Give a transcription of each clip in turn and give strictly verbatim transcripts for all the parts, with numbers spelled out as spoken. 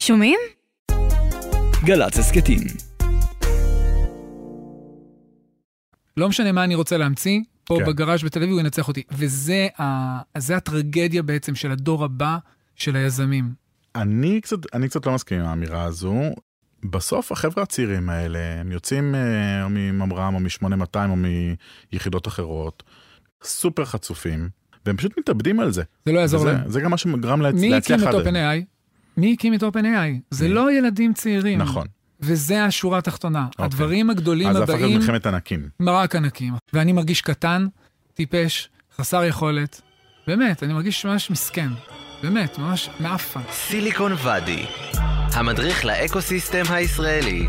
שומעים? גל"צ הסכתים. לא משנה מה אני רוצה להמציא, פה כן. בגראז' בתל אביב הוא ינצח אותי. וזה ה... זה הטרגדיה בעצם של הדור הבא של היזמים. אני קצת, אני קצת לא מסכים עם האמירה הזו. בסוף החבר'ה הצעירים האלה, הם יוצאים אה, או מממר"ם או מ-שמונה מאתיים או מיחידות אחרות, סופר חצופים, והם פשוט מתאבדים על זה. זה לא יעזור וזה, להם. זה גם מה שגרם להצ... מי להצליח הקים את עד היום. OpenAI? מי הקים את OpenAI? זה מי? לא ילדים צעירים. נכון. וזה השורה התחתונה. אוקיי. הדברים הגדולים אז הפך להיות הבאים, מלחמת ענקים. מרק ענקים. ואני מרגיש קטן, טיפש, חסר יכולת. באמת, אני מרגיש ממש מסכן. באמת, ממש מאפה. סיליקון ואדי, המדריך לאקוסיסטם הישראלי.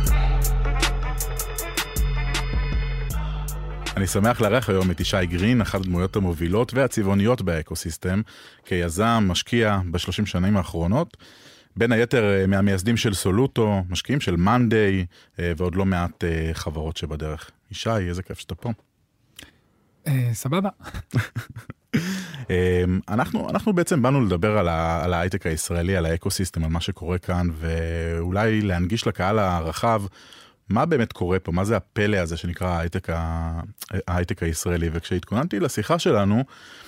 אני שמח לארח היום את ישי גרין, אחת הדמויות המובילות והצבעוניות באקוסיסטם, כיזם, משקיע בשלושים שנים האחרונות, בין היתר מהמייסדים של סולוטו, משקיעים של מאנדיי, ועוד לא מעט חברות שבדרך. ישי, איזה כיף שאתה פה. אה, סבבה. אנחנו, אנחנו בעצם באנו לדבר על, ה, על ההייטק הישראלי, על האקוסיסטם, על מה שקורה כאן, ואולי להנגיש לקהל הרחב, מה באמת קורה פה, מה זה הפלא הזה שנקרא ההייטק, ה, ההייטק הישראלי. וכשהתכוננתי לשיחה שלנו,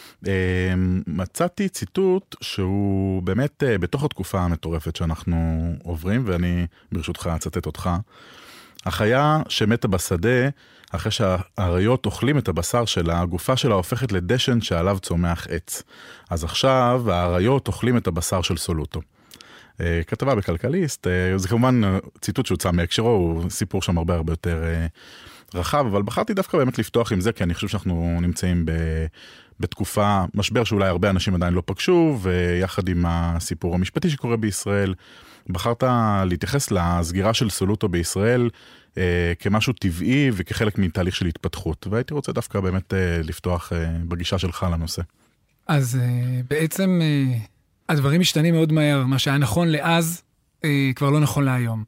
מצאתי ציטוט שהוא באמת בתוך התקופה המטורפת שאנחנו עוברים, ואני ברשותך אצטט אותך. החיה שמתה בשדה, אחרי שהאריות אוכלים את הבשר שלה, הגופה שלה הופכת לדשן שעליו צומח עץ. אז עכשיו האריות אוכלים את הבשר של סולוטו. כתבה בכלכליסט, זה כמובן ציטוט שהוצא מהקשרו, הוא סיפור שם הרבה הרבה יותר רחב, אבל בחרתי דווקא באמת לפתוח עם זה, כי אני חושב שאנחנו נמצאים בתקופה, משבר שאולי הרבה אנשים עדיין לא פגשו, ויחד עם הסיפור המשפטי שקורה בישראל, בחרת להתייחס לסגירה של סולוטו בישראל אה, כמשהו טבעי וכחלק מתהליך של התפתחות. והייתי רוצה דווקא באמת אה, לפתוח אה, בגישה שלך לנושא. אז אה, בעצם אה, הדברים משתנים מאוד מהר. מה שהיה נכון לאז אה, כבר לא נכון להיום.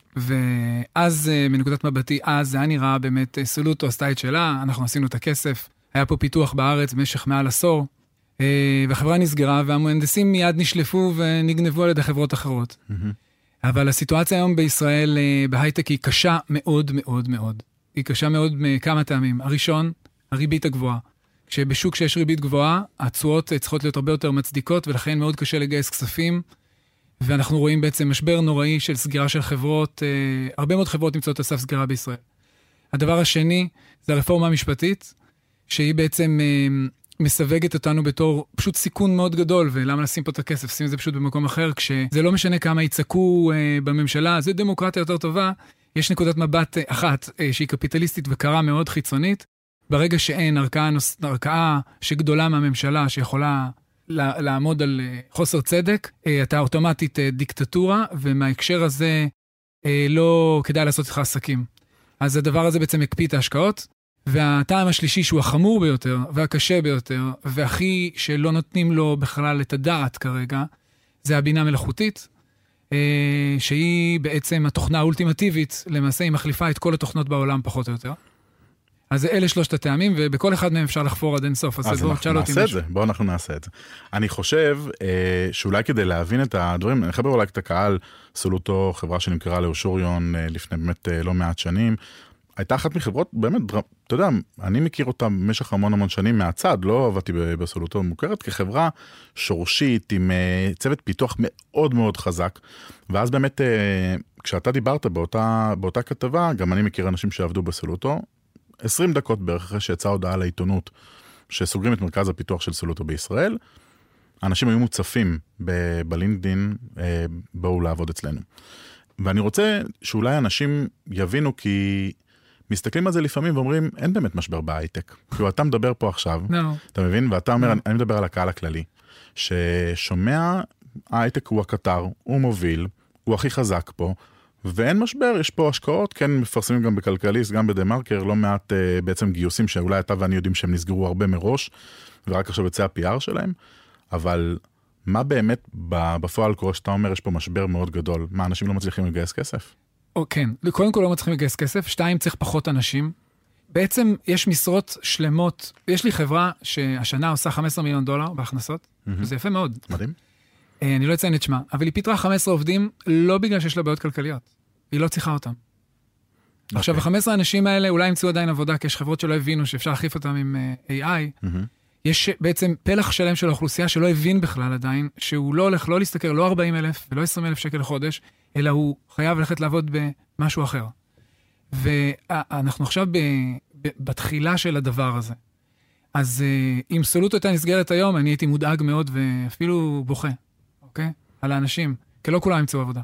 ואז אה, מנקודת מבטי, אז זה היה נראה באמת אה, סולוטו עשתה את שלה, אנחנו עשינו את הכסף, היה פה פיתוח בארץ במשך מעל עשור, והחברה נסגרה, והמהנדסים מיד נשלפו ונגנבו על ידי חברות אחרות. אבל הסיטואציה היום בישראל בהייטק היא קשה מאוד מאוד מאוד. היא קשה מאוד מכמה טעמים. הראשון, הריבית הגבוהה. כשבשוק שיש ריבית גבוהה, התשואות צריכות להיות הרבה יותר מצדיקות, ולכן מאוד קשה לגייס כספים, ואנחנו רואים בעצם משבר נוראי של סגירה של חברות, הרבה מאוד חברות נמצאות על סף סגירה בישראל. הדבר השני, זה הרפורמה המשפטית, שהיא בעצם מסווגת אותנו בתור פשוט סיכון מאוד גדול, ולמה לשים פה את הכסף? שים את זה פשוט במקום אחר, כשזה לא משנה כמה יצעקו אה, בממשלה, זה דמוקרטיה יותר טובה, יש נקודת מבט אחת אה, שהיא קפיטליסטית וקרה מאוד חיצונית, ברגע שאין ערכאה, נוס, ערכאה שגדולה מהממשלה, שיכולה לה, לעמוד על אה, חוסר צדק, אה, אתה אוטומטית אה, דיקטטורה, ומההקשר הזה אה, לא כדאי לעשות לך עסקים. אז הדבר הזה בעצם הקפיא את ההשקעות, והטעם השלישי שהוא החמור ביותר, והקשה ביותר, והכי שלא נותנים לו בכלל את הדעת כרגע, זה הבינה מלאכותית, שהיא בעצם התוכנה האולטימטיבית, למעשה היא מחליפה את כל התוכנות בעולם פחות או יותר. אז אלה שלושת הטעמים, ובכל אחד מהם אפשר לחפור עד אין סוף. אז, אז אנחנו נעשה את זה, בואו אנחנו נעשה את זה. אני חושב אה, שאולי כדי להבין את הדברים, אני חבר אולי את הקהל, סולוטו, חברה שנמכרה לאושוריון אה, לפני באמת אה, לא מעט שנים, הייתה אחת מחברות, באמת, אתה יודע, אני מכיר אותה במשך המון המון שנים מהצד, לא עבדתי בסולוטו, מוכרת כחברה שורשית, עם צוות פיתוח מאוד מאוד חזק, ואז באמת, כשאתה דיברת באותה, באותה כתבה, גם אני מכיר אנשים שעבדו בסולוטו, עשרים דקות בערך אחרי שיצאה הודעה לעיתונות, שסוגרים את מרכז הפיתוח של סולוטו בישראל, אנשים היו מוצפים ב- בלינקדין, באו לעבוד אצלנו. ואני רוצה שאולי אנשים יבינו, כי מסתכלים על זה לפעמים ואומרים, אין באמת משבר בהייטק. כאילו, אתה מדבר פה עכשיו, no. אתה מבין? ואתה אומר, no. אני מדבר על הקהל הכללי, ששומע, ההייטק הוא הקטר, הוא מוביל, הוא הכי חזק פה, ואין משבר, יש פה השקעות, כן מפרסמים גם בכלכליסט, גם בדה-מרקר, לא מעט uh, בעצם גיוסים, שאולי אתה ואני יודעים שהם נסגרו הרבה מראש, ורק עכשיו יצא ה-פי אר שלהם, אבל מה באמת בפועל קורה שאתה אומר, יש פה משבר מאוד גדול? מה, אנשים לא מצליחים לגייס כסף? או כן, קודם כל לא מצליחים לגייס כסף, שתיים, צריך פחות אנשים. בעצם יש משרות שלמות, יש לי חברה שהשנה עושה חמישה עשר מיליון דולר בהכנסות, וזה יפה מאוד. מדהים. אני לא אציין את שמה, אבל היא פיתרה חמישה עשר עובדים, לא בגלל שיש לה בעיות כלכליות. היא לא צריכה אותם. Okay. עכשיו, ה-חמישה עשר האנשים האלה אולי ימצאו עדיין עבודה, כי יש חברות שלא הבינו שאפשר להחליף אותם עם uh, איי איי. Mm-hmm. יש בעצם פלח שלם של האוכלוסייה שלא הבין בכלל עדיין, שהוא לא הולך לא להסתכל לא ארבעים אלף ולא עשרים אלף שקל לחודש, אלא הוא חייב ללכת לעבוד במשהו אחר. ואנחנו עכשיו ב, ב, בתחילה של הדבר הזה. אז uh, אם סולוטו הייתה נסגרת היום, אני הייתי מודאג מאוד ואפילו בוכה, אוקיי? על האנשים, כי לא כולם ימצאו עבודה.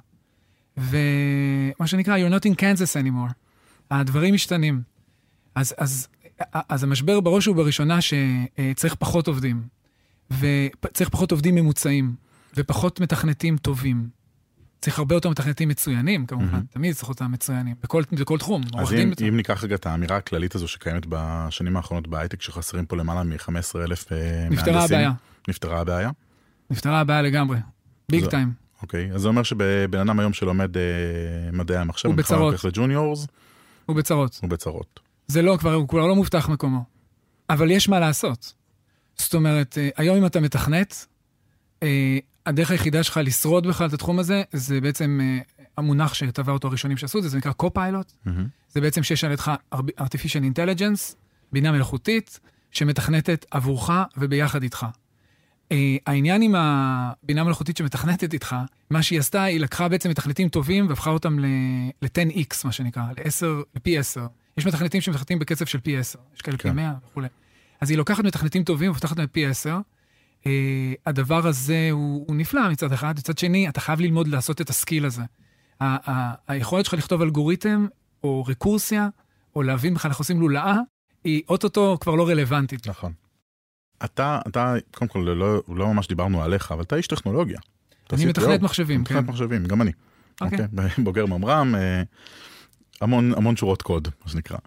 ומה שנקרא, you're not in Kansas anymore. הדברים משתנים. אז, אז, אז המשבר בראש הוא בראשונה שצריך פחות עובדים, וצריך פחות עובדים ממוצעים, ופחות מתכנתים טובים. צריך הרבה יותר מתכנתים מצוינים, כמובן. Mm-hmm. תמיד צריך אותם מצוינים, בכל, בכל תחום. אז אם, אם ניקח רגע את האמירה הכללית הזו שקיימת בשנים האחרונות בהייטק, שחסרים פה למעלה מ-חמישה עשר אלף מהנדסים. נפתרה הבעיה. נפתרה הבעיה? נפתרה הבעיה לגמרי. ביג טיים. אוקיי, אז זה אומר שבן אדם היום שלומד אה, מדעי המחשב, הוא בצרות. הוא לג'וניורס, הוא בצרות. הוא בצרות. זה לא, כבר, הוא כבר לא מובטח מקומו. אבל יש מה לעשות. זאת אומרת, אה, היום אם אתה מתכנת, אה, הדרך היחידה שלך לשרוד בכלל את התחום הזה, זה בעצם אה, המונח שטבע אותו הראשונים שעשו, זה, זה נקרא קו-פיילוט. Mm-hmm. זה בעצם שיש על ידך artificial intelligence, בינה מלאכותית, שמתכנתת עבורך וביחד איתך. Uh, העניין עם הבינה מלאכותית שמתכנתת איתך, מה שהיא עשתה, היא לקחה בעצם מתכנתים טובים, והפכה אותם ל-עשר אקס, מה שנקרא, ל-עשר, ל-פי עשר. יש מתכנתים שמתכנתים בקצב של פי עשר, יש כאלה פי מאה וכו'. אז היא לוקחת מתכנתים טובים, והפתחת אותם לפי עשר. Uh, הדבר הזה הוא, הוא נפלא מצד אחד, מצד שני, אתה חייב ללמוד לעשות את הסקיל הזה. ה- ה- היכולת שלך לכתוב אלגוריתם, או רקורסיה, או להבין בכלל איך עושים לולאה, היא אוטוטו כבר לא רלוונטית. נכון. אתה, אתה, קודם כל, לא, לא ממש דיברנו עליך, אבל אתה איש טכנולוגיה. אני מתכנת מחשבים, כן. מתכנת מחשבים, גם אני. אוקיי. Okay. בוגר ממר"ם, המון, המון שורות קוד, מה שנקרא.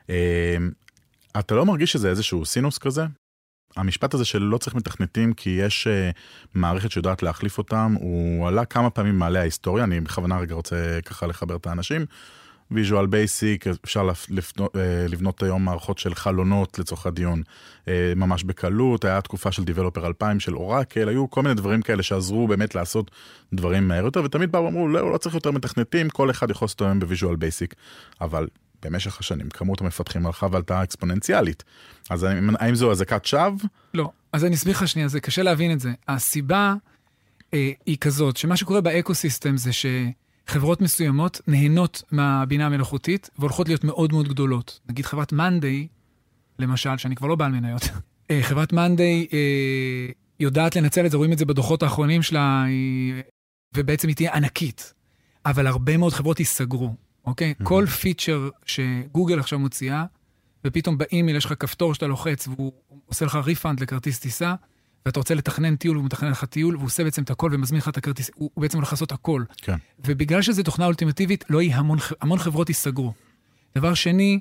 אתה לא מרגיש שזה איזשהו סינוס כזה? המשפט הזה שלא צריך מתכנתים, כי יש מערכת שיודעת להחליף אותם, הוא עלה כמה פעמים מעלה ההיסטוריה, אני בכוונה רגע רוצה ככה לחבר את האנשים, ויז'ואל בייסיק, אפשר לבנות, לבנות היום מערכות של חלונות לצורך הדיון, ממש בקלות, היה תקופה של דיבלופר אלפיים של אורקל, היו כל מיני דברים כאלה שעזרו באמת לעשות דברים מהר יותר, ותמיד באו אמרו, לא, לא צריך יותר מתכנתים, כל אחד יכול לעשות היום בוויז'ואל בייסיק, אבל במשך השנים, כמות המפתחים הלכה ועלתה אקספוננציאלית. אז האם זו הזקת שווא? לא, אז אני אסביר לך שנייה, זה קשה להבין את זה. הסיבה אה, היא כזאת, שמה שקורה באקוסיסטם זה ש... חברות מסוימות נהנות מהבינה המלאכותית, והולכות להיות מאוד מאוד גדולות. נגיד חברת מאנדיי, למשל, שאני כבר לא בעל מניות, חברת מאנדיי יודעת לנצל את זה, רואים את זה בדוחות האחרונים שלה, ובעצם היא תהיה ענקית. אבל הרבה מאוד חברות ייסגרו, אוקיי? Mm-hmm. כל פיצ'ר שגוגל עכשיו מוציאה, ופתאום באימייל יש לך כפתור שאתה לוחץ, והוא עושה לך ריפאנד לכרטיס טיסה, ואתה רוצה לתכנן טיול, והוא מתכנן לך טיול, והוא עושה בעצם את הכל, ומזמין לך את הכרטיס, הוא, הוא בעצם הולך לעשות הכל. כן. ובגלל שזו תוכנה אולטימטיבית, לא יהיה המון, המון חברות ייסגרו. דבר שני,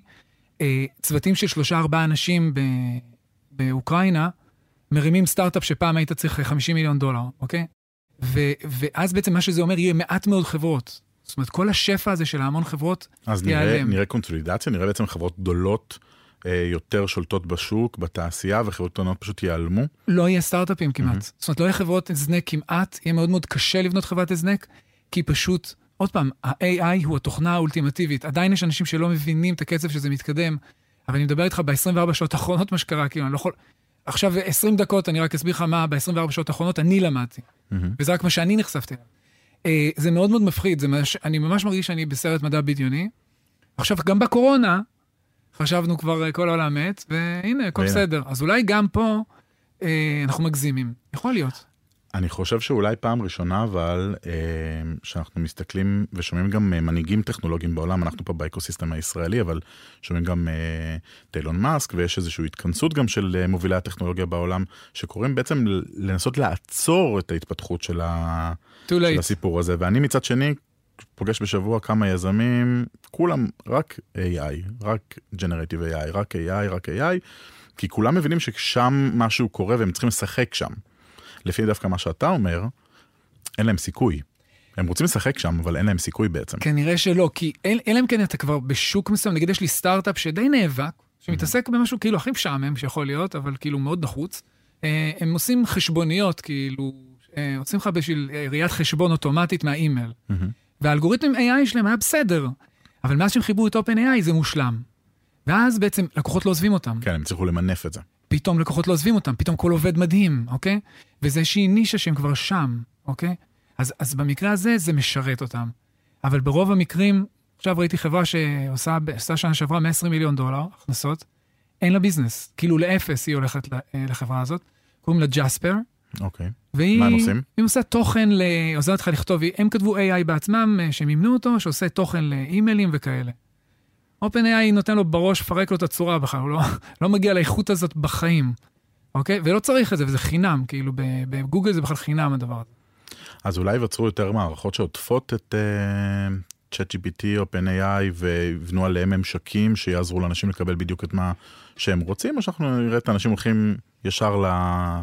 צוותים של שלושה, ארבעה אנשים ב, באוקראינה, מרימים סטארט-אפ שפעם היית צריך חמישים מיליון דולר, אוקיי? ו, ואז בעצם מה שזה אומר, יהיה מעט מאוד חברות. זאת אומרת, כל השפע הזה של המון חברות, אז נראה, נראה קונסולידציה, נראה בעצם חברות גדולות, יותר שולטות בשוק, בתעשייה, וחברות קטנות פשוט ייעלמו? לא יהיה סטארט-אפים כמעט. Mm-hmm. זאת אומרת, לא יהיה חברות הזנק כמעט, יהיה מאוד מאוד קשה לבנות חברת הזנק, כי פשוט, עוד פעם, ה-איי איי הוא התוכנה האולטימטיבית. עדיין יש אנשים שלא מבינים את הקצב שזה מתקדם, אבל אני מדבר איתך ב-עשרים וארבע שעות האחרונות מה שקרה, כאילו, אני לא יכול... עכשיו, עשרים דקות, אני רק אסביר לך מה, ב-עשרים וארבע שעות האחרונות אני למדתי. Mm-hmm. וזה רק מה שאני נחשפתי. אה, זה מאוד מאוד מפחיד, זה מש... אני ממש מרגיש שאני בסרט מדע בדיוני. עכשיו, גם בקורונה, חשבנו כבר כל העולם מת, והנה, הכל בסדר. אז אולי גם פה אה, אנחנו מגזימים. יכול להיות. אני חושב שאולי פעם ראשונה, אבל אה, שאנחנו מסתכלים ושומעים גם אה, מנהיגים טכנולוגיים בעולם, אנחנו פה באקוסיסטם הישראלי, אבל שומעים גם אה, טיילון מאסק, ויש איזושהי התכנסות גם של אה, מובילי הטכנולוגיה בעולם, שקוראים בעצם לנסות לעצור את ההתפתחות של, ה... של הסיפור הזה. ואני מצד שני, פוגש בשבוע כמה יזמים, כולם רק איי איי, רק Generative איי איי, רק איי איי, רק איי איי, כי כולם מבינים ששם משהו קורה והם צריכים לשחק שם. לפי דווקא מה שאתה אומר, אין להם סיכוי. הם רוצים לשחק שם, אבל אין להם סיכוי בעצם. כנראה שלא, כי אין להם כן אתה כבר בשוק מסוים, נגיד יש לי סטארט-אפ שדי נאבק, שמתעסק במשהו כאילו הכי משעמם שיכול להיות, אבל כאילו מאוד נחוץ. הם עושים חשבוניות כאילו, עושים לך בשביל ראיית חשבון אוטומטית מהאימייל. והאלגוריתם איי איי שלהם היה בסדר, אבל מאז שהם חיברו את OpenAI זה מושלם. ואז בעצם לקוחות לא עוזבים אותם. כן, הם צריכו למנף את זה. פתאום לקוחות לא עוזבים אותם, פתאום כל עובד מדהים, אוקיי? וזה איזושהי נישה שהם כבר שם, אוקיי? אז, אז במקרה הזה זה משרת אותם. אבל ברוב המקרים, עכשיו ראיתי חברה שעושה, עושה שנה שעברה מאה ועשרים מיליון דולר, הכנסות, אין לה ביזנס. כאילו לאפס היא הולכת לחברה הזאת. קוראים לה ג'ספר. אוקיי. והיא, מה הם עושים? היא עושה תוכן, עוזרת לך לכתוב, הם כתבו איי איי בעצמם, שהם ימנו אותו, שעושה תוכן לאימיילים וכאלה. OpenAI נותן לו בראש, פרק לו את הצורה בכלל, הוא לא, לא מגיע לאיכות הזאת בחיים. אוקיי? ולא צריך את זה, וזה חינם, כאילו בגוגל זה בכלל חינם הדבר הזה. אז אולי יווצרו יותר מערכות שעוטפות את uh, ChatGPT, OpenAI, ויבנו עליהם ממשקים שיעזרו לאנשים לקבל בדיוק את מה שהם רוצים, או שאנחנו נראה את האנשים הולכים ישר ל...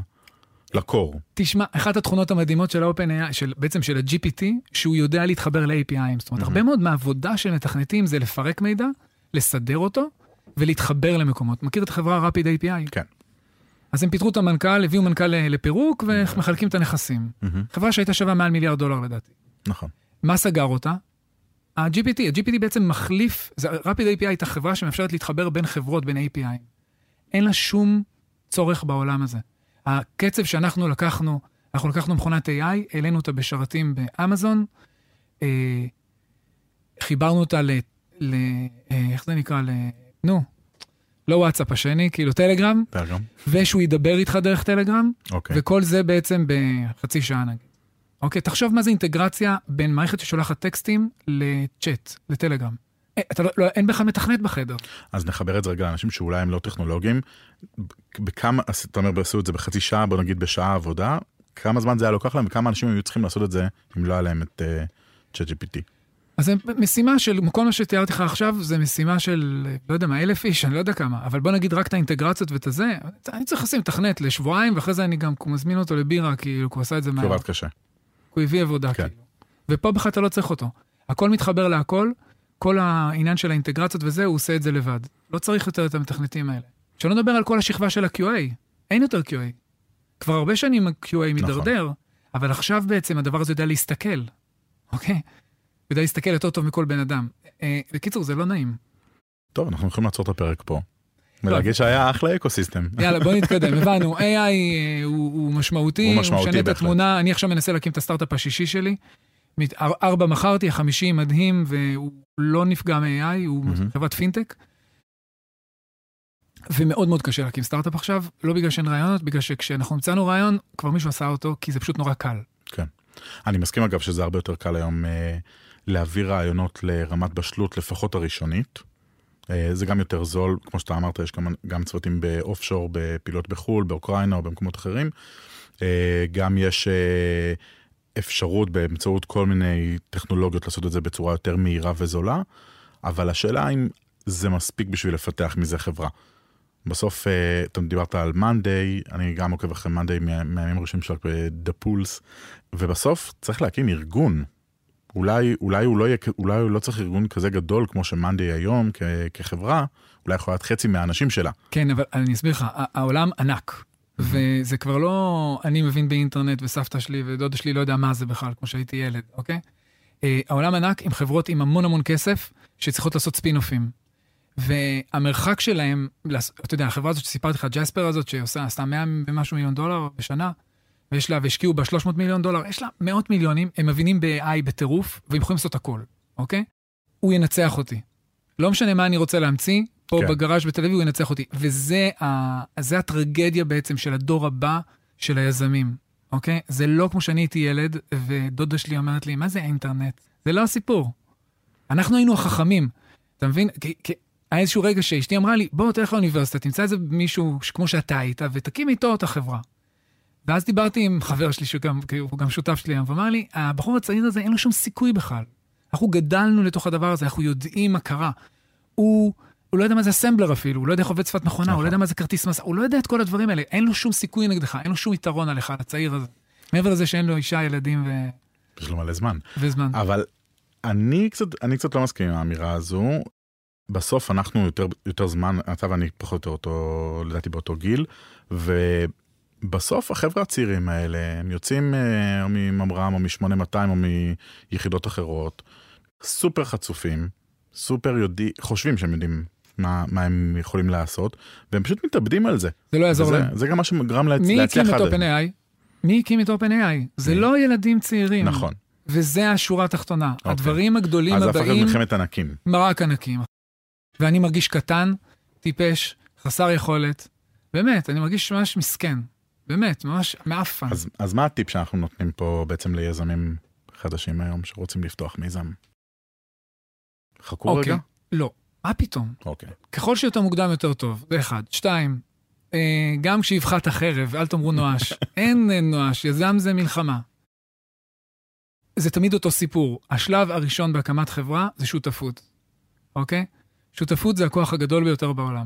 לקור. תשמע, אחת התכונות המדהימות של ה-OpenAI, של, בעצם של ה-ג'י פי טי, שהוא יודע להתחבר ל-איי פי איי. זאת אומרת, הרבה מאוד מהעבודה של מתכנתים זה לפרק מידע, לסדר אותו, ולהתחבר למקומות. מכיר את החברה Rapid איי פי איי? כן. אז הם פיתרו את המנכ"ל, הביאו מנכ"ל לפירוק, ומחלקים את הנכסים. חברה שהייתה שווה מעל מיליארד דולר לדעתי. נכון. מה סגר אותה? ה-ג'י פי טי. ה-ג'י פי טי בעצם מחליף, Rapid איי פי איי הייתה חברה שמאפשרת להתחבר בין חברות, בין איי פי איי. אין לה שום צורך בעולם הזה. הקצב שאנחנו לקחנו, אנחנו לקחנו מכונת איי איי, העלינו אותה בשרתים באמזון, אה, חיברנו אותה ל... ל אה, איך זה נקרא? ל... נו, לא וואטסאפ השני, כאילו טלגרם, טלגרם. ושהוא ידבר איתך דרך טלגרם, אוקיי. וכל זה בעצם בחצי שעה נגיד. אוקיי, תחשוב מה זה אינטגרציה בין מערכת ששולחת טקסטים לצ'אט, לטלגרם. אתה לא, לא, אין בכלל מתכנת בחדר. אז נחבר את זה רגע לאנשים שאולי הם לא טכנולוגיים. בכמה, אתה אומר, עשו את זה בחצי שעה, בוא נגיד בשעה עבודה, כמה זמן זה היה לוקח להם, וכמה אנשים היו צריכים לעשות את זה, אם לא היה להם את uh, ChatGPT? אז משימה של, כל מה שתיארתי לך עכשיו, זה משימה של, לא יודע מה, אלף איש, אני לא יודע כמה, אבל בוא נגיד רק את האינטגרציות ואת הזה, אני צריך לשים תכנת לשבועיים, ואחרי זה אני גם מזמין אותו לבירה, כי הוא עשה את זה מהר. עבד קשה. הוא הביא עבודה, כן. כאילו. ופה בכלל אתה לא צריך אותו. הכל מתחבר להכל, כל העניין של האינטגרציות וזה, הוא עושה את זה לבד. לא צריך יותר את המתכנתים האלה. שלא נדבר על כל השכבה של ה-קיו איי. אין יותר קיו איי. כבר הרבה שנים ה-קיו איי מדרדר, נכון. אבל עכשיו בעצם הדבר הזה יודע להסתכל. אוקיי? יודע להסתכל יותר טוב מכל בן אדם. אה, בקיצור, זה לא נעים. טוב, אנחנו יכולים לעצור את הפרק פה. ולהגיד שהיה אחלה אקוסיסטם. יאללה, בוא נתקדם. הבנו, איי איי הוא, הוא משמעותי, הוא משמעותי הוא משנה את בהחלט. התמונה. אני עכשיו מנסה להקים את הסטארט-אפ השישי שלי. ארבע מכרתי, החמישי מדהים, והוא לא נפגע מ-איי איי, הוא mm-hmm. חברת פינטק. ומאוד מאוד קשה להקים סטארט-אפ עכשיו, לא בגלל שאין רעיונות, בגלל שכשאנחנו מצאנו רעיון, כבר מישהו עשה אותו, כי זה פשוט נורא קל. כן. אני מסכים אגב שזה הרבה יותר קל היום אה, להביא רעיונות לרמת בשלות, לפחות הראשונית. אה, זה גם יותר זול, כמו שאתה אמרת, יש גם, גם צוותים באופשור, בפילות בחול, באוקראינה או במקומות אחרים. אה, גם יש... אה, אפשרות באמצעות כל מיני טכנולוגיות לעשות את זה בצורה יותר מהירה וזולה, אבל השאלה אם זה מספיק בשביל לפתח מזה חברה. בסוף, אתה דיברת על מנדיי, אני גם עוקב אחרי מנדיי מהימים הראשונים שלך בדפולס, ובסוף צריך להקים ארגון. אולי, אולי, הוא לא יהיה, אולי הוא לא צריך ארגון כזה גדול כמו שמנדיי היום כ- כחברה, אולי יכול להיות חצי מהאנשים שלה. כן, אבל אני אסביר לך, העולם ענק. וזה כבר לא, אני מבין באינטרנט וסבתא שלי ודודה שלי לא יודע מה זה בכלל, כמו שהייתי ילד, אוקיי? העולם ענק עם חברות עם המון המון כסף, שצריכות לעשות ספינופים. והמרחק שלהם, אתה יודע, החברה הזאת שסיפרתי לך, ג'ספר הזאת, שעושה, עשתה מאה ומשהו מיליון דולר בשנה, ויש לה, והשקיעו בה שלוש מאות מיליון דולר, יש לה מאות מיליונים, הם מבינים ב-איי איי בטירוף, והם יכולים לעשות הכל, אוקיי? הוא ינצח אותי. לא משנה מה אני רוצה להמציא, פה כן. בגראז' בתל אביב הוא ינצח אותי. וזה ה... זה הטרגדיה בעצם של הדור הבא של היזמים, אוקיי? זה לא כמו שאני הייתי ילד, ודודה שלי אומרת לי, מה זה האינטרנט? זה לא הסיפור. אנחנו היינו החכמים, אתה מבין? כי, כי... היה איזשהו רגע שאשתי אמרה לי, בוא תלך לאוניברסיטה, תמצא איזה מישהו כמו שאתה היית, ותקים איתו את החברה. ואז דיברתי עם חבר שלי, שגם, הוא גם שותף שלי, ואמר לי, הבחור הצעיר הזה אין לו שום סיכוי בכלל. אנחנו גדלנו לתוך הדבר הזה, אנחנו יודעים מה קרה. הוא, הוא לא יודע מה זה אסמבלר אפילו, הוא לא יודע איך עובד שפת מכונה, הוא לא יודע מה זה כרטיס מסע, הוא לא יודע את כל הדברים האלה, אין לו שום סיכוי נגדך, אין לו שום יתרון עליך, הצעיר הזה. מעבר לזה שאין לו אישה, ילדים ו... יש לו מלא זמן. וזמן. אבל אני קצת, אני קצת לא מסכים עם האמירה הזו. בסוף אנחנו יותר, יותר זמן, אתה ואני פחות או יותר אותו, לדעתי באותו גיל, בסוף החבר'ה הצעירים האלה, הם יוצאים אה, או מממר"ם או מ-שמונה מאתיים או מיחידות אחרות, סופר חצופים, סופר יודעים, חושבים שהם יודעים מה, מה הם יכולים לעשות, והם פשוט מתאבדים על זה. זה לא יעזור וזה, להם. זה גם מה שגרם להצליח. מי הקים את OpenAI? מי הקים את OpenAI? זה לא ילדים צעירים. נכון. וזה השורה התחתונה. אוקיי. הדברים הגדולים אז הבאים... אז הפך מלחמת ענקים. רק ענקים. ואני מרגיש קטן, טיפש, חסר יכולת. באמת, אני מרגיש ממש מסכן. באמת, ממש מאפן. אז, אז מה הטיפ שאנחנו נותנים פה בעצם ליזמים חדשים היום שרוצים לפתוח מיזם? חכו אוקיי. רגע? לא. מה פתאום? אוקיי. ככל שיותר מוקדם יותר טוב, זה אחד. שתיים, אה, גם כשיבחת החרב, אל תאמרו נואש. אין נואש, יזם זה מלחמה. זה תמיד אותו סיפור. השלב הראשון בהקמת חברה זה שותפות. אוקיי? שותפות זה הכוח הגדול ביותר בעולם.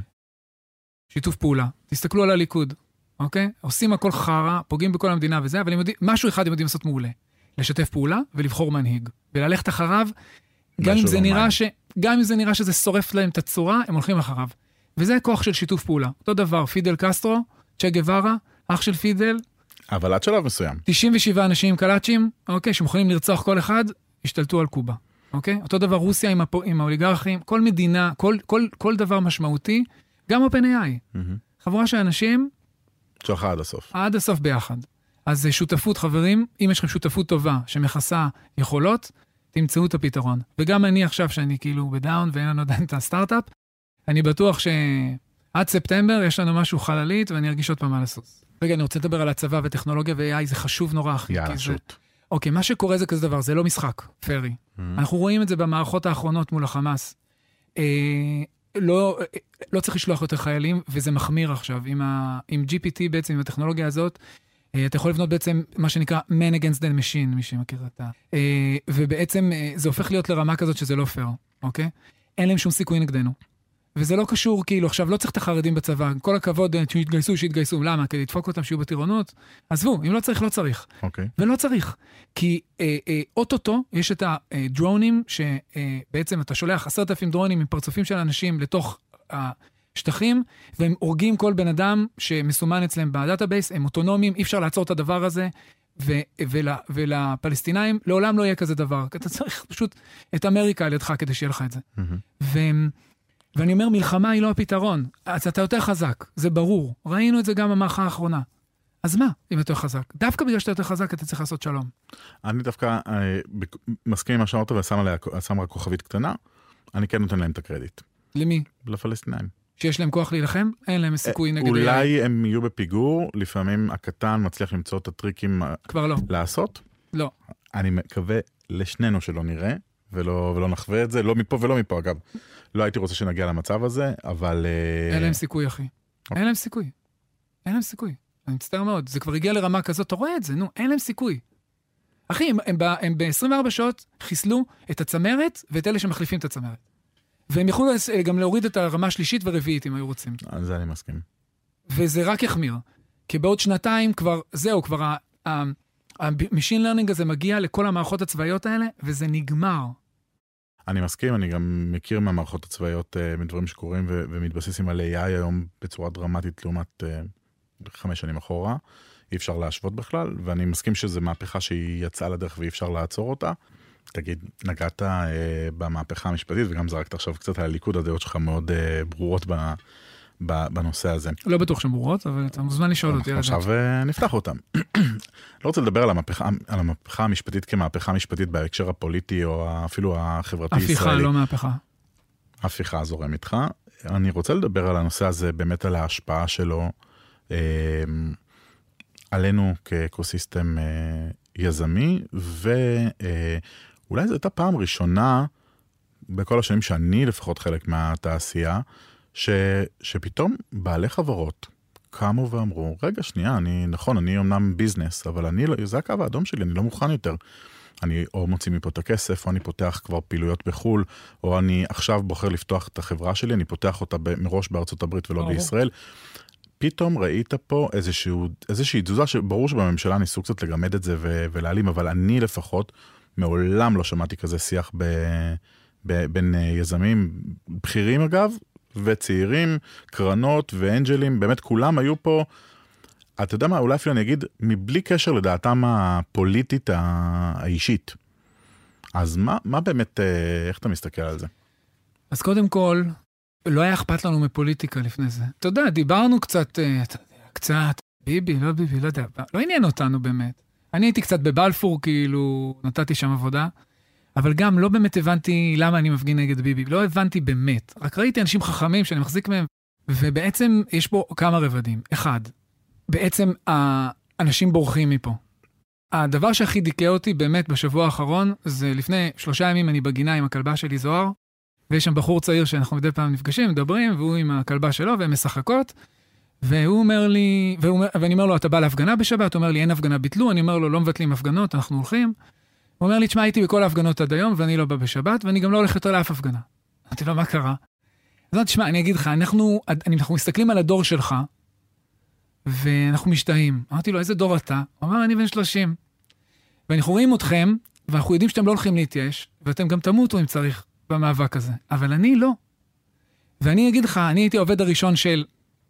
שיתוף פעולה. תסתכלו על הליכוד. אוקיי? עושים הכל חרה, פוגעים בכל המדינה וזה, אבל הם יודעים, משהו אחד הם יודעים לעשות מעולה. לשתף פעולה ולבחור מנהיג. וללכת אחריו, גם אם זה נראה ש... גם אם זה נראה שזה שורף להם את הצורה, הם הולכים אחריו. וזה הכוח של שיתוף פעולה. אותו דבר, פידל קסטרו, צ'ה גווארה, אח של פידל. אבל עד שלב מסוים. תשעים ושבעה אנשים קלאצ'ים, אוקיי, שמוכנים לרצוח כל אחד, השתלטו על קובה. אוקיי? אותו דבר רוסיה עם, הפו, עם האוליגרכים, כל מדינה, כל, כל, כל דבר משמעותי, גם OpenAI. Mm-hmm. חבורה של אנשים... שלך עד הסוף. עד הסוף ביחד. אז שותפות, חברים, אם יש לכם שותפות טובה שמכסה יכולות, תמצאו את הפתרון. וגם אני עכשיו, שאני כאילו בדאון ואין לנו עדיין את הסטארט-אפ, אני בטוח שעד ספטמבר יש לנו משהו חללית, ואני ארגיש עוד פעם על הסוס. רגע, אני רוצה לדבר על הצבא וטכנולוגיה ו-איי איי, זה חשוב נורא, אחי. יאללה, שוט. זה... אוקיי, מה שקורה זה כזה דבר, זה לא משחק, פרי. Mm-hmm. אנחנו רואים את זה במערכות האחרונות מול החמאס. אה, לא, לא צריך לשלוח יותר חיילים, וזה מחמיר עכשיו. עם, ה, עם ג'י פי טי בעצם, עם הטכנולוגיה הזאת, אה, אתה יכול לבנות בעצם מה שנקרא Man Against the Machine, מי שמכיר את ה... אה, ובעצם אה, זה הופך להיות לרמה כזאת שזה לא פייר, אוקיי? אין להם שום סיכוי נגדנו. וזה לא קשור, כאילו, עכשיו לא צריך את החרדים בצבא, כל הכבוד שיתגייסו, שיתגייסו, למה? כדי לדפוק אותם שיהיו בטירונות? עזבו, אם לא צריך, לא צריך. אוקיי. ולא צריך, כי אה, אה, אוטוטו יש את הדרונים, שבעצם אתה שולח עשרת אלפים דרונים עם פרצופים של אנשים לתוך השטחים, והם הורגים כל בן אדם שמסומן אצלם בדאטאבייס, הם אוטונומיים, אי אפשר לעצור את הדבר הזה, ו- ול- ולפלסטינאים לעולם לא יהיה כזה דבר, אתה צריך פשוט את אמריקה על ידך כדי שיהיה לך את זה. Mm-hmm. ו- ואני אומר, מלחמה היא לא הפתרון. אז אתה יותר חזק, זה ברור. ראינו את זה גם במערכה האחרונה. אז מה, אם אתה יותר חזק? דווקא בגלל שאתה יותר חזק, אתה צריך לעשות שלום. אני דווקא אה, מסכים עם מה שאמרת, ושם עליה, שם רק כוכבית קטנה, אני כן נותן להם את הקרדיט. למי? לפלסטינאים. שיש להם כוח להילחם? אין להם סיכוי נגד... אולי הם יהיו בפיגור, לפעמים הקטן מצליח למצוא את הטריקים כבר לא. לעשות. לא. אני מקווה לשנינו שלא נראה, ולא, ולא נחווה את זה, לא מפה ולא מפה, אגב. לא הייתי רוצה שנגיע למצב הזה, אבל... אין להם סיכוי, אחי. אין להם סיכוי. אין להם סיכוי. אני מצטער מאוד. זה כבר הגיע לרמה כזאת, אתה רואה את זה, נו, אין להם סיכוי. אחי, הם, הם, הם ב-עשרים וארבע שעות חיסלו את הצמרת ואת אלה שמחליפים את הצמרת. והם יכולו גם להוריד את הרמה השלישית ורביעית, אם היו רוצים. על זה אני מסכים. וזה רק יחמיר. כי בעוד שנתיים כבר, זהו, כבר המשין לרנינג הזה מגיע לכל המערכות הצבאיות האלה, וזה נגמר. אני מסכים, אני גם מכיר מהמערכות הצבאיות, מדברים שקורים ו- ומתבססים על איי איי היום בצורה דרמטית לעומת uh, חמש שנים אחורה. אי אפשר להשוות בכלל, ואני מסכים שזו מהפכה שהיא יצאה לדרך ואי אפשר לעצור אותה. תגיד, נגעת uh, במהפכה המשפטית, וגם זרקת עכשיו קצת על הליכוד, הדעות שלך מאוד uh, ברורות ב- ב- בנושא הזה. לא בטוח שהן ברורות, אבל אתה מוזמן לשאול אותי. עכשיו uh, נפתח אותם. לא רוצה לדבר על המהפכה, על המהפכה המשפטית כמהפכה משפטית בהקשר הפוליטי, או אפילו החברתי-ישראלי. הפיכה, לא מהפכה. הפיכה זורם איתך. אני רוצה לדבר על הנושא הזה, באמת על ההשפעה שלו, אה, עלינו כאקוסיסטם אה, יזמי, ואולי זו הייתה פעם ראשונה, בכל השנים שאני לפחות חלק מהתעשייה, ש, שפתאום בעלי חברות, קמו ואמרו, רגע שנייה, אני, נכון, אני אמנם ביזנס, אבל אני, זה הקו האדום שלי, אני לא מוכן יותר. אני או מוציא מפה את הכסף, או אני פותח כבר פעילויות בחול, או אני עכשיו בוחר לפתוח את החברה שלי, אני פותח אותה מראש בארצות הברית ולא בישראל. פתאום ראית פה איזשהו, איזושהי תזוזה שברור שבממשלה ניסו קצת לגמד את זה ו- ולהעלים, אבל אני לפחות מעולם לא שמעתי כזה שיח ב- ב- בין יזמים בכירים אגב, וצעירים, קרנות ואנג'לים, באמת כולם היו פה, אתה יודע מה, אולי אפילו אני אגיד, מבלי קשר לדעתם הפוליטית האישית. אז מה, מה באמת, איך אתה מסתכל על זה? אז קודם כל, לא היה אכפת לנו מפוליטיקה לפני זה. אתה יודע, דיברנו קצת, קצת, ביבי, לא ביבי, לא יודע, לא עניין אותנו באמת. אני הייתי קצת בבלפור, כאילו, נתתי שם עבודה, אבל גם לא באמת הבנתי למה אני מפגין נגד ביבי. לא הבנתי באמת. רק ראיתי אנשים חכמים שאני מחזיק מהם, ובעצם יש פה כמה רבדים. אחד, בעצם האנשים בורחים מפה. הדבר שהכי דיכא אותי באמת בשבוע האחרון, זה לפני שלושה ימים אני בגינה עם הכלבה שלי זוהר, ויש שם בחור צעיר שאנחנו מדי פעם נפגשים, מדברים, והוא עם הכלבה שלו, והן משחקות, והוא אומר לי, והוא, ואני אומר לו, אתה בא להפגנה בשבת? הוא אומר לי, אין הפגנה ביטלו, אני אומר לו, לא מבטלים הפגנות, אנחנו הולכים. הוא אומר לי, תשמע, הייתי בכל ההפגנות עד היום, ואני לא בא בשבת, ואני גם לא הולך יותר לאף הפגנה. אמרתי לו, מה קרה? אז תשמע, אני אגיד לך, אנחנו, אנחנו מסתכלים על הדור שלך, ואנחנו משתאים. אמרתי לו, איזה דור אתה? הוא אמר, אני בן שלושים. ואנחנו רואים אתכם, ואנחנו יודעים שאתם לא הולכים להתייאש, ואתם גם תמותו אם צריך במאבק הזה. אבל אני לא. ואני אגיד לך, אני הייתי העובד הראשון של,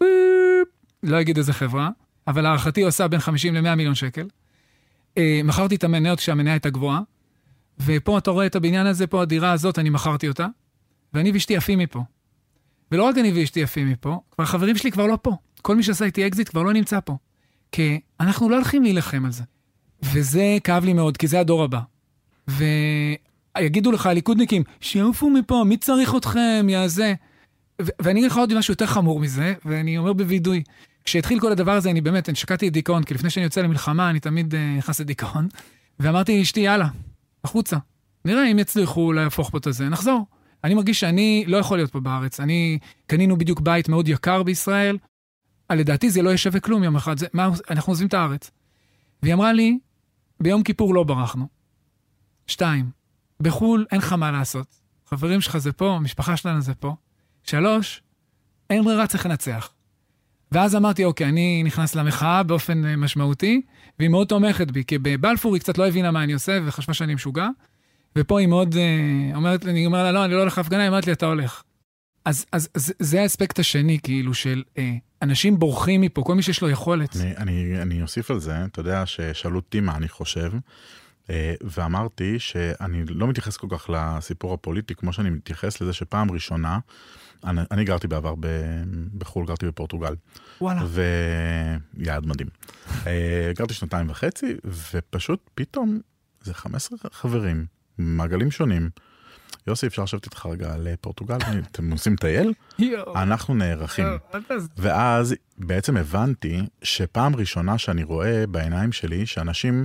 לא אגיד איזה חברה, אבל הערכתי עושה בין חמישים למאה מיליון שקל. מכרתי את המניות כשהמניה הייתה גבוהה, ופה אתה רואה את הבניין הזה, פה הדירה הזאת, אני מכרתי אותה, ואני ואשתי יפים מפה. ולא רק אני ואשתי יפים מפה, כבר החברים שלי כבר לא פה. כל מי שעשה איתי אקזיט כבר לא נמצא פה. כי אנחנו לא הולכים להילחם על זה. וזה כאב לי מאוד, כי זה הדור הבא. ויגידו לך, הליכודניקים, שיעופו מפה, מי צריך אתכם, יעזה. ו- ואני אגיד לך עוד משהו יותר חמור מזה, ואני אומר בוידוי, כשהתחיל כל הדבר הזה, אני באמת, אני שקעתי את דיכאון, כי לפני שאני יוצא למלחמה, אני תמיד uh, נכנס לדיכאון, ואמרתי לאשתי, יאללה, החוצה. נראה אם יצליחו להפוך פה את זה, נחזור. אני מרגיש שאני לא יכול להיות פה בארץ. אני, קנינו בדיוק בית מאוד יקר בישראל, על לדעתי זה לא ישווה כלום יום אחד, זה, מה, אנחנו עוזבים את הארץ. והיא אמרה לי, ביום כיפור לא ברחנו. שתיים, בחול אין לך מה לעשות. חברים שלך זה פה, המשפחה שלנו זה פה. שלוש, אין ברירה, צריך לנצח. ואז אמרתי, אוקיי, אני נכנס למחאה באופן משמעותי, והיא מאוד תומכת בי, כי בבלפור היא קצת לא הבינה מה אני עושה, וחשבה שאני משוגע, ופה היא מאוד אומרת, אני אומר לה, לא, אני לא הולך להפגנה, היא אומרת לי, אתה הולך. אז, אז, אז זה האספקט השני, כאילו, של אה, אנשים בורחים מפה, כל מי שיש לו יכולת. אני, אני, אני אוסיף על זה, אתה יודע ששאלו אותי מה אני חושב, אה, ואמרתי שאני לא מתייחס כל כך לסיפור הפוליטי, כמו שאני מתייחס לזה שפעם ראשונה, אני, אני גרתי בעבר ב, בחול, גרתי בפורטוגל. וואלה. ויעד מדהים. אה, גרתי שנתיים וחצי, ופשוט פתאום זה חמישה עשר חברים, מעגלים שונים, יוסי, אפשר לשבת איתך רגע לפורטוגל? אתם עושים טייל? אנחנו נערכים. ואז בעצם הבנתי שפעם ראשונה שאני רואה בעיניים שלי, שאנשים,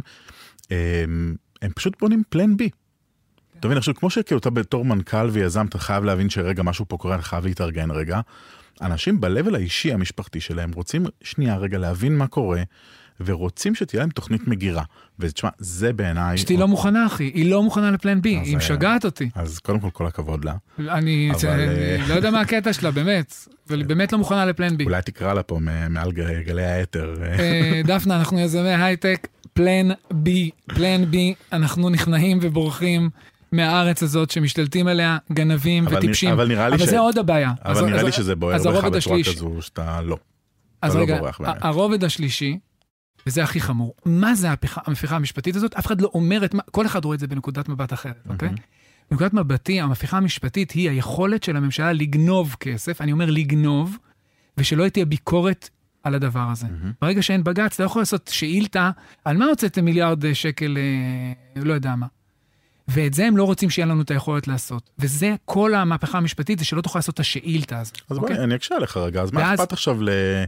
הם פשוט בונים פלן בי. אתה מבין, עכשיו, כמו שכאילו אתה בתור מנכ"ל ויזם, אתה חייב להבין שרגע משהו פה קורה, אתה חייב להתארגן רגע. אנשים בלבל האישי המשפחתי שלהם רוצים שנייה רגע להבין מה קורה, ורוצים שתהיה להם תוכנית מגירה. ותשמע, זה בעיניי... שתי לא מוכנה, אחי. היא לא מוכנה לפלן בי. היא משגעת אותי. אז קודם כל, כל הכבוד לה. אני לא יודע מה הקטע שלה, באמת. אבל באמת לא מוכנה לפלן בי. אולי תקרא לה פה מעל גלי היתר. דפנה, אנחנו יזמי הייטק, פלן בי. פלן בי, אנחנו נכנעים ובורחים מהארץ הזאת שמשתלטים עליה גנבים וטיפשים. אבל נראה לי אבל זה עוד הבעיה. אבל נראה לי שזה בוער בך בצורה כזו שאתה לא. אז רגע, הרובד השלישי, וזה הכי חמור. מה זה המפיכה המשפטית הזאת? אף אחד לא אומרת, כל אחד רואה את זה בנקודת מבט אחרת, אוקיי? בנקודת מבטי, המפיכה המשפטית היא היכולת של הממשלה לגנוב כסף, אני אומר לגנוב, ושלא תהיה ביקורת על הדבר הזה. ברגע שאין בג"ץ, אתה יכול לעשות שאילתה, על מה הוצאתם מיליארד שקל, לא יודע מה. ואת זה הם לא רוצים שיהיה לנו את היכולת לעשות. וזה כל המהפכה המשפטית, זה שלא תוכל לעשות את השאילתה הזאת. אז בואי, אני אקשה לך רגע. אז מה אכפת עכשיו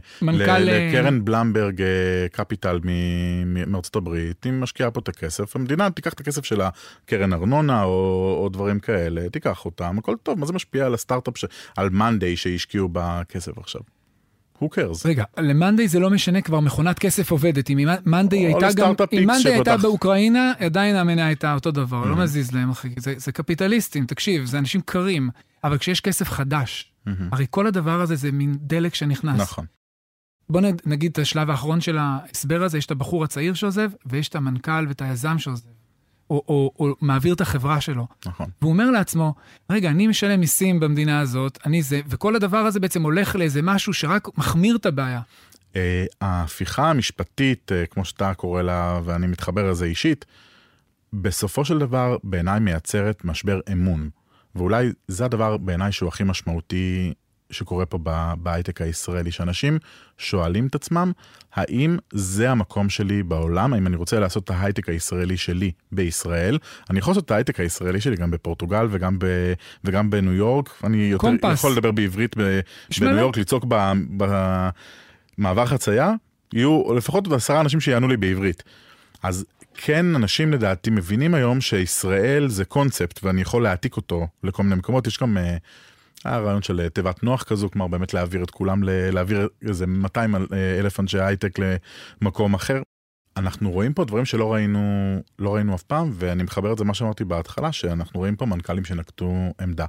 לקרן בלמברג קפיטל מארצות הברית, אם משקיעה פה את הכסף, המדינה תיקח את הכסף של הקרן ארנונה או דברים כאלה, תיקח אותם, הכל טוב. מה זה משפיע על הסטארט-אפ, על מנדי שהשקיעו בכסף עכשיו? Who cares? רגע, למנדי זה לא משנה, כבר מכונת כסף עובדת. אם מנדי הייתה גם, אם מנדי הייתה באוקראינה, עדיין המנה הייתה אותו דבר, לא מזיז להם, אחי. זה קפיטליסטים, תקשיב, זה אנשים קרים, אבל כשיש כסף חדש, הרי כל הדבר הזה זה מין דלק שנכנס. נכון. בוא נגיד את השלב האחרון של ההסבר הזה, יש את הבחור הצעיר שעוזב, ויש את המנכ"ל ואת היזם שעוזב. או, או, או מעביר את החברה שלו. נכון. והוא אומר לעצמו, רגע, אני משלם מיסים במדינה הזאת, אני זה, וכל הדבר הזה בעצם הולך לאיזה משהו שרק מחמיר את הבעיה. ההפיכה המשפטית, כמו שאתה קורא לה, ואני מתחבר לזה אישית, בסופו של דבר בעיניי מייצרת משבר אמון. ואולי זה הדבר בעיניי שהוא הכי משמעותי שקורה פה בהייטק הישראלי, שאנשים שואלים את עצמם, האם זה המקום שלי בעולם, האם אני רוצה לעשות את ההייטק הישראלי שלי בישראל, אני יכול לעשות את ההייטק הישראלי שלי גם בפורטוגל וגם, ב, וגם בניו יורק, אני יותר יכול לדבר בעברית ב, בניו יורק, לצעוק במעבר חצייה, יהיו לפחות עוד עשרה אנשים שיענו לי בעברית. אז כן, אנשים לדעתי מבינים היום שישראל זה קונספט, ואני יכול להעתיק אותו לכל מיני מקומות, יש גם... הרעיון של תיבת נוח כזו, כלומר באמת להעביר את כולם, להעביר איזה מאתיים אלף אנשי הייטק למקום אחר. אנחנו רואים פה דברים שלא ראינו, לא ראינו אף פעם, ואני מחבר את זה מה שאמרתי בהתחלה, שאנחנו רואים פה מנכ"לים שנקטו עמדה.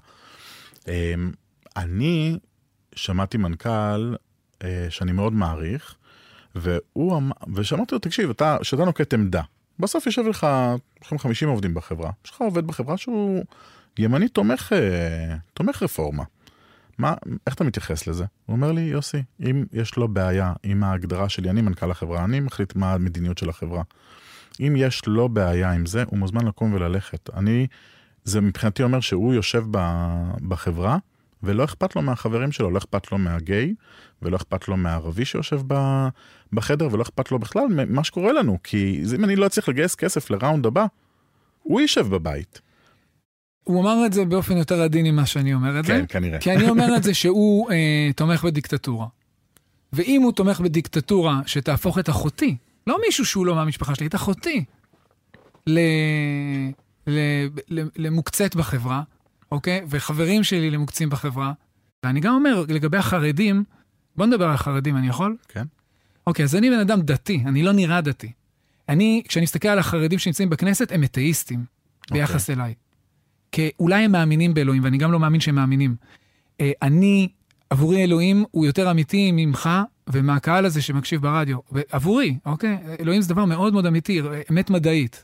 אני שמעתי מנכ"ל שאני מאוד מעריך, והוא, ושמעתי לו, תקשיב, אתה, שאתה נוקט עמדה. בסוף יושב לך חמישים עובדים בחברה, יש לך עובד בחברה שהוא... ימני תומך, תומך רפורמה. מה, איך אתה מתייחס לזה? הוא אומר לי, יוסי, אם יש לו בעיה עם ההגדרה שלי, אני מנכ"ל החברה, אני מחליט מה המדיניות של החברה. אם יש לו בעיה עם זה, הוא מוזמן לקום וללכת. אני, זה מבחינתי אומר שהוא יושב בחברה, ולא אכפת לו מהחברים שלו, לא אכפת לו מהגיי, ולא אכפת לו מהערבי שיושב בחדר, ולא אכפת לו בכלל מה שקורה לנו, כי אם אני לא אצליח לגייס כסף לראונד הבא, הוא יישב בבית. הוא אמר את זה באופן יותר עדין ממה שאני אומר את זה. כן, כנראה. כי אני אומר את זה שהוא אה, תומך בדיקטטורה. ואם הוא תומך בדיקטטורה שתהפוך את אחותי, לא מישהו שהוא לא מהמשפחה שלי, את אחותי, ל... ל... ל... למוקצת בחברה, אוקיי? וחברים שלי למוקצים בחברה. ואני גם אומר, לגבי החרדים, בוא נדבר על החרדים, אני יכול? כן. אוקיי, אז אני בן אדם דתי, אני לא נראה דתי. אני, כשאני מסתכל על החרדים שנמצאים בכנסת, הם מתאיסטים ביחס אליי. כי אולי הם מאמינים באלוהים, ואני גם לא מאמין שהם מאמינים. אני, עבורי אלוהים, הוא יותר אמיתי ממך ומהקהל הזה שמקשיב ברדיו. עבורי, אוקיי? אלוהים זה דבר מאוד מאוד אמיתי, אמת מדעית.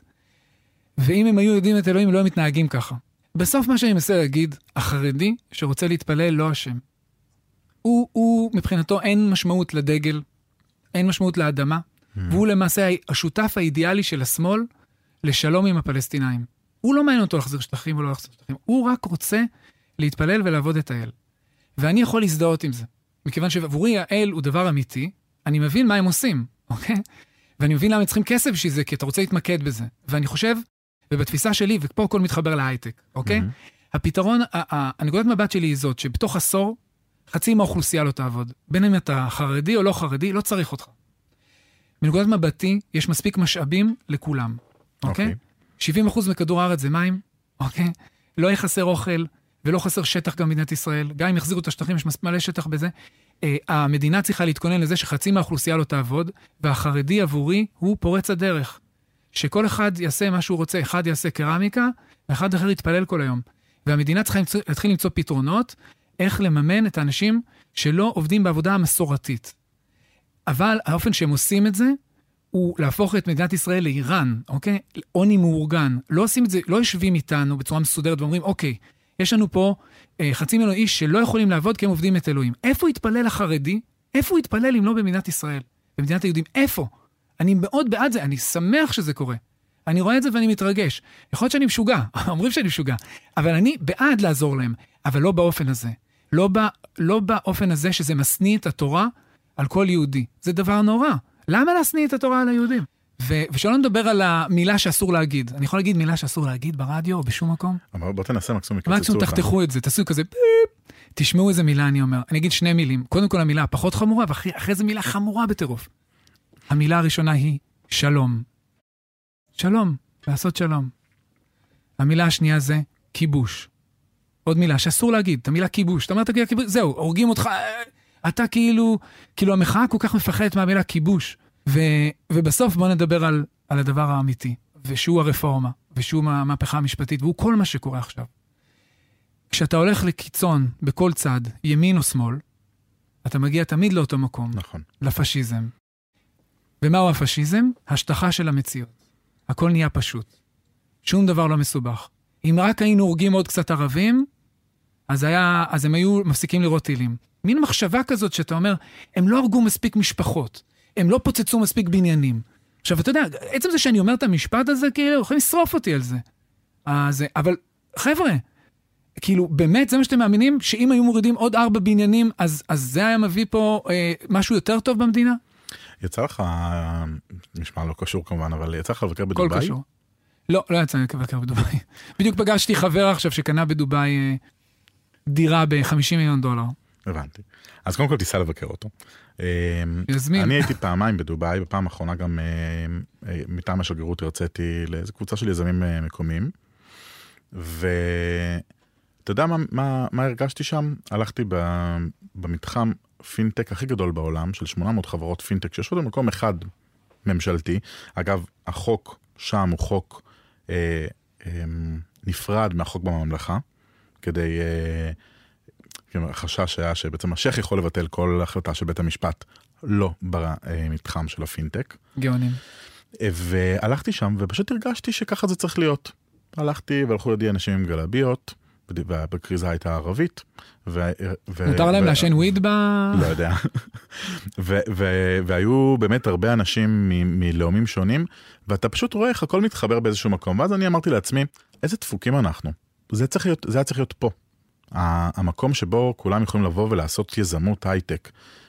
ואם הם היו יודעים את אלוהים, לא הם מתנהגים ככה. בסוף מה שאני מנסה להגיד, החרדי שרוצה להתפלל לא אשם. הוא, הוא, מבחינתו, אין משמעות לדגל, אין משמעות לאדמה, והוא למעשה השותף האידיאלי של השמאל לשלום עם הפלסטינאים. הוא לא מעניין אותו להחזיר שטחים או לא להחזיר שטחים. הוא רק רוצה להתפלל ולעבוד את האל. ואני יכול להזדהות עם זה. מכיוון שעבורי האל הוא דבר אמיתי, אני מבין מה הם עושים, אוקיי? ואני מבין למה הם צריכים כסף בשביל זה, כי אתה רוצה להתמקד בזה. ואני חושב, ובתפיסה שלי, ופה הכל מתחבר להייטק, אוקיי? Mm-hmm. הפתרון, הנקודת מבט שלי היא זאת, שבתוך עשור, חצי מהאוכלוסייה לא תעבוד. בין אם אתה חרדי או לא חרדי, לא צריך אותך. בנקודת מבטי, יש מספיק משאבים לכולם, אוקיי? Okay. שבעים אחוז מכדור הארץ זה מים, אוקיי? לא יחסר אוכל, ולא חסר שטח גם במדינת ישראל. גם אם יחזירו את השטחים, יש מלא שטח בזה. אה, המדינה צריכה להתכונן לזה שחצי מהאוכלוסייה לא תעבוד, והחרדי עבורי הוא פורץ הדרך. שכל אחד יעשה מה שהוא רוצה, אחד יעשה קרמיקה, ואחד אחר יתפלל כל היום. והמדינה צריכה להתחיל למצוא פתרונות, איך לממן את האנשים שלא עובדים בעבודה המסורתית. אבל האופן שהם עושים את זה, הוא להפוך את מדינת ישראל לאיראן, אוקיי? עוני מאורגן. לא עושים את זה, לא יושבים איתנו בצורה מסודרת ואומרים, אוקיי, יש לנו פה אה, חצי מיליון איש שלא יכולים לעבוד כי הם עובדים את אלוהים. איפה יתפלל החרדי? איפה יתפלל אם לא במדינת ישראל? במדינת היהודים? איפה? אני מאוד בעד זה, אני שמח שזה קורה. אני רואה את זה ואני מתרגש. יכול להיות שאני משוגע, אומרים שאני משוגע, אבל אני בעד לעזור להם, אבל לא באופן הזה. לא, בא, לא באופן הזה שזה מסניא את התורה על כל יהודי. זה דבר נורא. למה להסניא את התורה על היהודים? ו- ושלא נדבר על המילה שאסור להגיד. אני יכול להגיד מילה שאסור להגיד ברדיו או בשום מקום? אבל בוא תנסה, מקסימום יקצצו אותך. מקסימום תחתכו את זה, תעשו כזה, תשמעו איזה מילה אני אומר. אני אגיד שני מילים. קודם כל המילה הפחות חמורה, ואחרי זה מילה חמורה בטירוף. המילה הראשונה היא שלום. שלום, לעשות שלום. המילה השנייה זה כיבוש. עוד מילה שאסור להגיד, את המילה כיבוש. אתה אומר, תגיד כיבוש, זהו, הורגים אותך, אתה כאילו, כאילו המחאה כל כך מפחדת מהמילה כיבוש. ו, ובסוף בוא נדבר על, על הדבר האמיתי, ושהוא הרפורמה, ושהוא המהפכה המשפטית, והוא כל מה שקורה עכשיו. כשאתה הולך לקיצון בכל צד, ימין או שמאל, אתה מגיע תמיד לאותו מקום. נכון. לפשיזם. ומהו הפשיזם? השטחה של המציאות. הכל נהיה פשוט. שום דבר לא מסובך. אם רק היינו הורגים עוד קצת ערבים, אז, היה, אז הם היו מפסיקים לראות טילים. מין מחשבה כזאת שאתה אומר, הם לא הרגו מספיק משפחות, הם לא פוצצו מספיק בניינים. עכשיו, אתה יודע, עצם זה שאני אומר את המשפט הזה, כאילו, יכולים לשרוף אותי על זה. אז, אבל, חבר'ה, כאילו, באמת, זה מה שאתם מאמינים, שאם היו מורידים עוד ארבע בניינים, אז, אז זה היה מביא פה אה, משהו יותר טוב במדינה? יצא לך, נשמע לא קשור כמובן, אבל יצא לך לבקר בדוביי? כל קשור. לא, לא יצא לי לבקר בדוביי. בדיוק פגשתי חבר עכשיו שקנה בדוביי אה, דירה ב-חמישים מיליון דולר. הבנתי. אז קודם כל תיסע לבקר אותו. יזמין. אני הייתי פעמיים בדוביי, בפעם האחרונה גם מטעם השגרירות הרציתי לאיזו קבוצה של יזמים מקומיים, ואתה יודע מה, מה, מה הרגשתי שם? הלכתי במתחם פינטק הכי גדול בעולם, של שמונה מאות חברות פינטק, שיושבות במקום אחד ממשלתי. אגב, החוק שם הוא חוק אה, אה, נפרד מהחוק בממלכה, כדי... אה, החשש היה שבעצם השייך יכול לבטל כל החלטה של בית המשפט, לא במתחם של הפינטק. גאונים. והלכתי שם, ופשוט הרגשתי שככה זה צריך להיות. הלכתי והלכו לידי אנשים עם גלביות, ובקריזה הייתה ערבית. נותר להם לעשן וויד ב... לא יודע. והיו באמת הרבה אנשים מלאומים שונים, ואתה פשוט רואה איך הכל מתחבר באיזשהו מקום. ואז אני אמרתי לעצמי, איזה דפוקים אנחנו. זה היה צריך להיות פה. המקום שבו כולם יכולים לבוא ולעשות יזמות הייטק,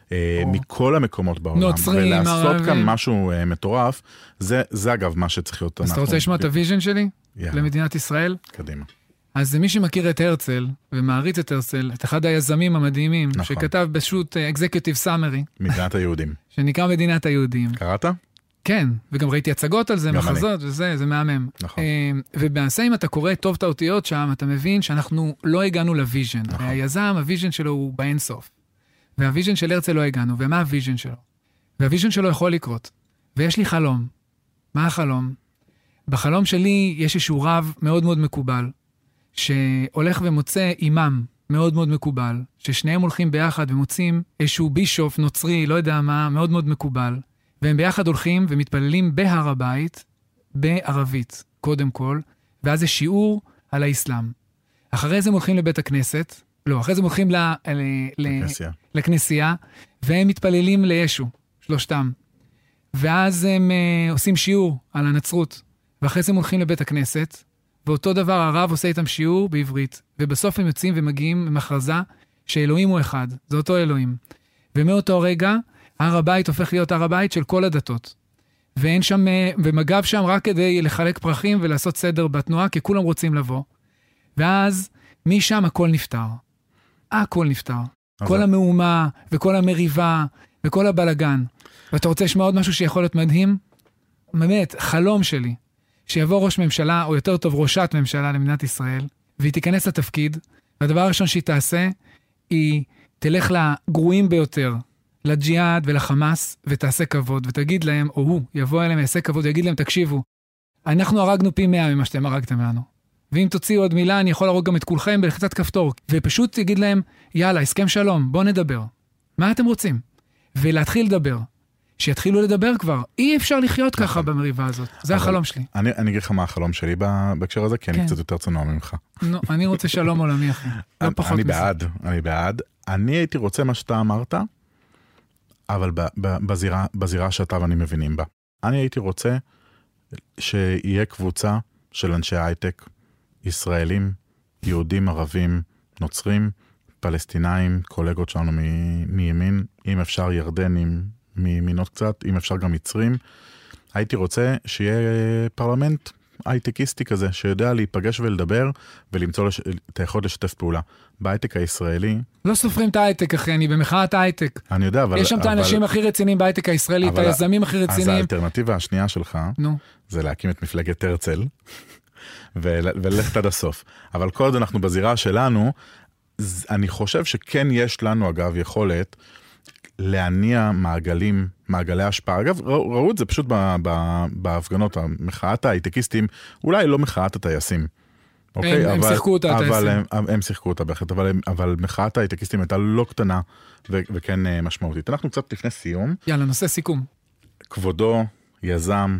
מכל המקומות בעולם, נוצרים, ולעשות כאן משהו מטורף, זה אגב מה שצריך להיות. אז אתה רוצה לשמוע את הוויז'ן שלי? למדינת ישראל? קדימה. אז מי שמכיר את הרצל, ומעריץ את הרצל, את אחד היזמים המדהימים, שכתב פשוט Executive Summary. מדינת היהודים. שנקרא מדינת היהודים. קראת? כן, וגם ראיתי הצגות על זה, מחזות, וזה, זה מהמם. נכון. ובעשה, אם אתה קורא טוב את האותיות שם, אתה מבין שאנחנו לא הגענו לוויז'ן. נכון. היזם, הוויז'ן שלו הוא באינסוף. והוויז'ן של הרצל לא הגענו, ומה הוויז'ן שלו? והוויז'ן שלו יכול לקרות. ויש לי חלום. מה החלום? בחלום שלי יש איזשהו רב מאוד מאוד מקובל, שהולך ומוצא אימם מאוד מאוד מקובל, ששניהם הולכים ביחד ומוצאים איזשהו בישוף נוצרי, לא יודע מה, מאוד מאוד מקובל. והם ביחד הולכים ומתפללים בהר הבית, בערבית, קודם כל, ואז זה שיעור על האסלאם. אחרי זה הם הולכים לבית הכנסת, לא, אחרי זה הם הולכים ל, ל, לכנסייה. לכנסייה, והם מתפללים לישו, שלושתם. ואז הם uh, עושים שיעור על הנצרות, ואחרי זה הם הולכים לבית הכנסת, ואותו דבר הרב עושה איתם שיעור בעברית, ובסוף הם יוצאים ומגיעים עם הכרזה שאלוהים הוא אחד, זה אותו אלוהים. ומאותו רגע, הר הבית הופך להיות הר הבית של כל הדתות. ואין שם, ומגב שם רק כדי לחלק פרחים ולעשות סדר בתנועה, כי כולם רוצים לבוא. ואז משם הכל נפטר. הכל נפטר. כל המהומה, וכל המריבה, וכל הבלגן. ואתה רוצה לשמוע עוד משהו שיכול להיות מדהים? באמת, חלום שלי, שיבוא ראש ממשלה, או יותר טוב ראשת ממשלה למדינת ישראל, והיא תיכנס לתפקיד, והדבר הראשון שהיא תעשה, היא תלך לגרועים ביותר, לג'יהאד ולחמאס, ותעשה כבוד, ותגיד להם, או הוא יבוא אליהם, יעשה כבוד, ויגיד להם, תקשיבו, אנחנו הרגנו פי מאה ממה שאתם הרגתם לנו. ואם תוציאו עוד מילה, אני יכול להרוג גם את כולכם בלחיצת כפתור. ופשוט יגיד להם, יאללה, הסכם שלום, בואו נדבר. מה אתם רוצים? ולהתחיל לדבר. שיתחילו לדבר כבר. אי אפשר לחיות ככה במריבה הזאת. זה החלום שלי. אני אגיד לך מה החלום שלי בהקשר הזה, כי אני קצת יותר צנוע ממך. אני רוצה שלום עולמי אחי. לא פחות מזה. אני בעד, אני בעד. אני הייתי רוצה מה שאתה אמרת, אבל בזירה, בזירה שאתה ואני מבינים בה. אני הייתי רוצה שיהיה קבוצה של אנשי הייטק, ישראלים, יהודים, ערבים, נוצרים, פלסטינאים, קולגות שלנו מ- מימין, אם אפשר ירדנים מימינות קצת, אם אפשר גם מצרים. הייתי רוצה שיהיה פרלמנט הייטקיסטי כזה, שיודע להיפגש ולדבר, ולמצוא לש... את היכולת לשתף פעולה. בהייטק הישראלי... לא סופרים את ההייטק, אחי, אני במחאת ההייטק. אני יודע, אבל... יש שם את האנשים הכי רציניים בהייטק הישראלי, את היזמים הכי רציניים. אז האלטרנטיבה השנייה שלך, נו. זה להקים את מפלגת הרצל, וללכת עד הסוף. אבל כל עוד אנחנו בזירה שלנו, אני חושב שכן יש לנו, אגב, יכולת להניע מעגלים, מעגלי השפעה. אגב, ראו את זה פשוט בהפגנות, המחאת ההייטקיסטים, אולי לא מחאת הטייסים. אוקיי, הם שיחקו אותה, הטייסים. הם שיחקו אותה בהחלט, אבל מחאת ההייטקיסטים הייתה לא קטנה, וכן משמעותית. אנחנו קצת לפני סיום. יאללה, נושא סיכום. כבודו, יזם,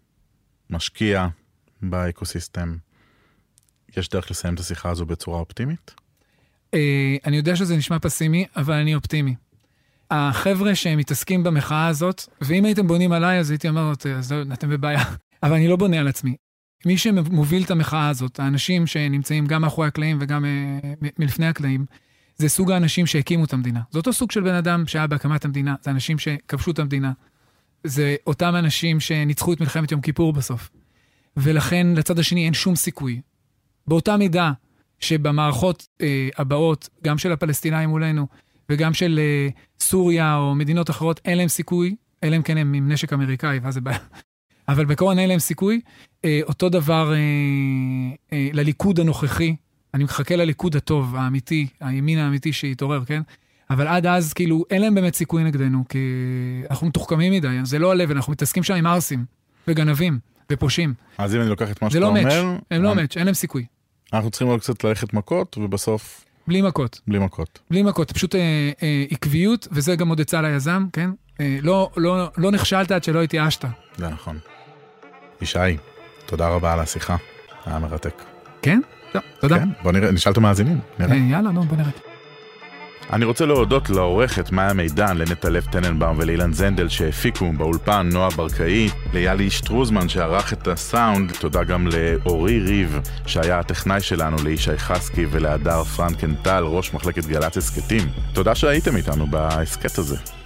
משקיע באקוסיסטם. יש דרך לסיים את השיחה הזו בצורה אופטימית? אני יודע שזה נשמע פסימי, אבל אני אופטימי. החבר'ה שהם מתעסקים במחאה הזאת, ואם הייתם בונים עליי, אז הייתי אומר, אז אתם בבעיה. אבל אני לא בונה על עצמי. מי שמוביל את המחאה הזאת, האנשים שנמצאים גם מאחורי הקלעים וגם מלפני הקלעים, זה סוג האנשים שהקימו את המדינה. זה אותו סוג של בן אדם שהיה בהקמת המדינה, זה אנשים שכבשו את המדינה. זה אותם אנשים שניצחו את מלחמת יום כיפור בסוף. ולכן לצד השני אין שום סיכוי. באותה מידה שבמערכות אה, הבאות, גם של הפלסטינאים מולנו, וגם של אה, סוריה או מדינות אחרות, אין להם סיכוי, אלא אם כן הם עם נשק אמריקאי, ואז זה בעיה. אבל בעיקרון אין להם סיכוי. אה, אותו דבר אה, אה, לליכוד הנוכחי, אני מחכה לליכוד הטוב, האמיתי, הימין האמיתי שיתעורר, כן? אבל עד אז, כאילו, אין להם באמת סיכוי נגדנו, כי אנחנו מתוחכמים מדי, זה לא הלב, אנחנו מתעסקים שם עם ארסים, וגנבים, ופושים. אז אם אני לוקח את מה שאתה לא אומר... זה לא מאץ', הם לא מאץ', אין להם סיכוי. אנחנו צריכים עוד קצת ללכת מכות, ובסוף... בלי מכות. בלי מכות. בלי מכות, פשוט אה, אה, עקביות, וזה גם עוד יצא ליזם, כן? אה, לא, לא, לא נכשלת עד שלא התייאשת. זה נכון. ישי, תודה רבה על השיחה, היה מרתק. כן? טוב, תודה. כן, בוא נראה, נשאל את המאזינים, נראה. אה, יאללה, נו, בוא נראה. אני רוצה להודות לעורכת מאיה מידן, לנטלב טננבאום ולאילן זנדל שהפיקו באולפן, נועה ברקאי, ליאלי שטרוזמן שערך את הסאונד, תודה גם לאורי ריב שהיה הטכנאי שלנו, לישי חסקי ולהדר פרנקנטל, ראש מחלקת גל"צ הסקטים. תודה שהייתם איתנו בהסקט הזה.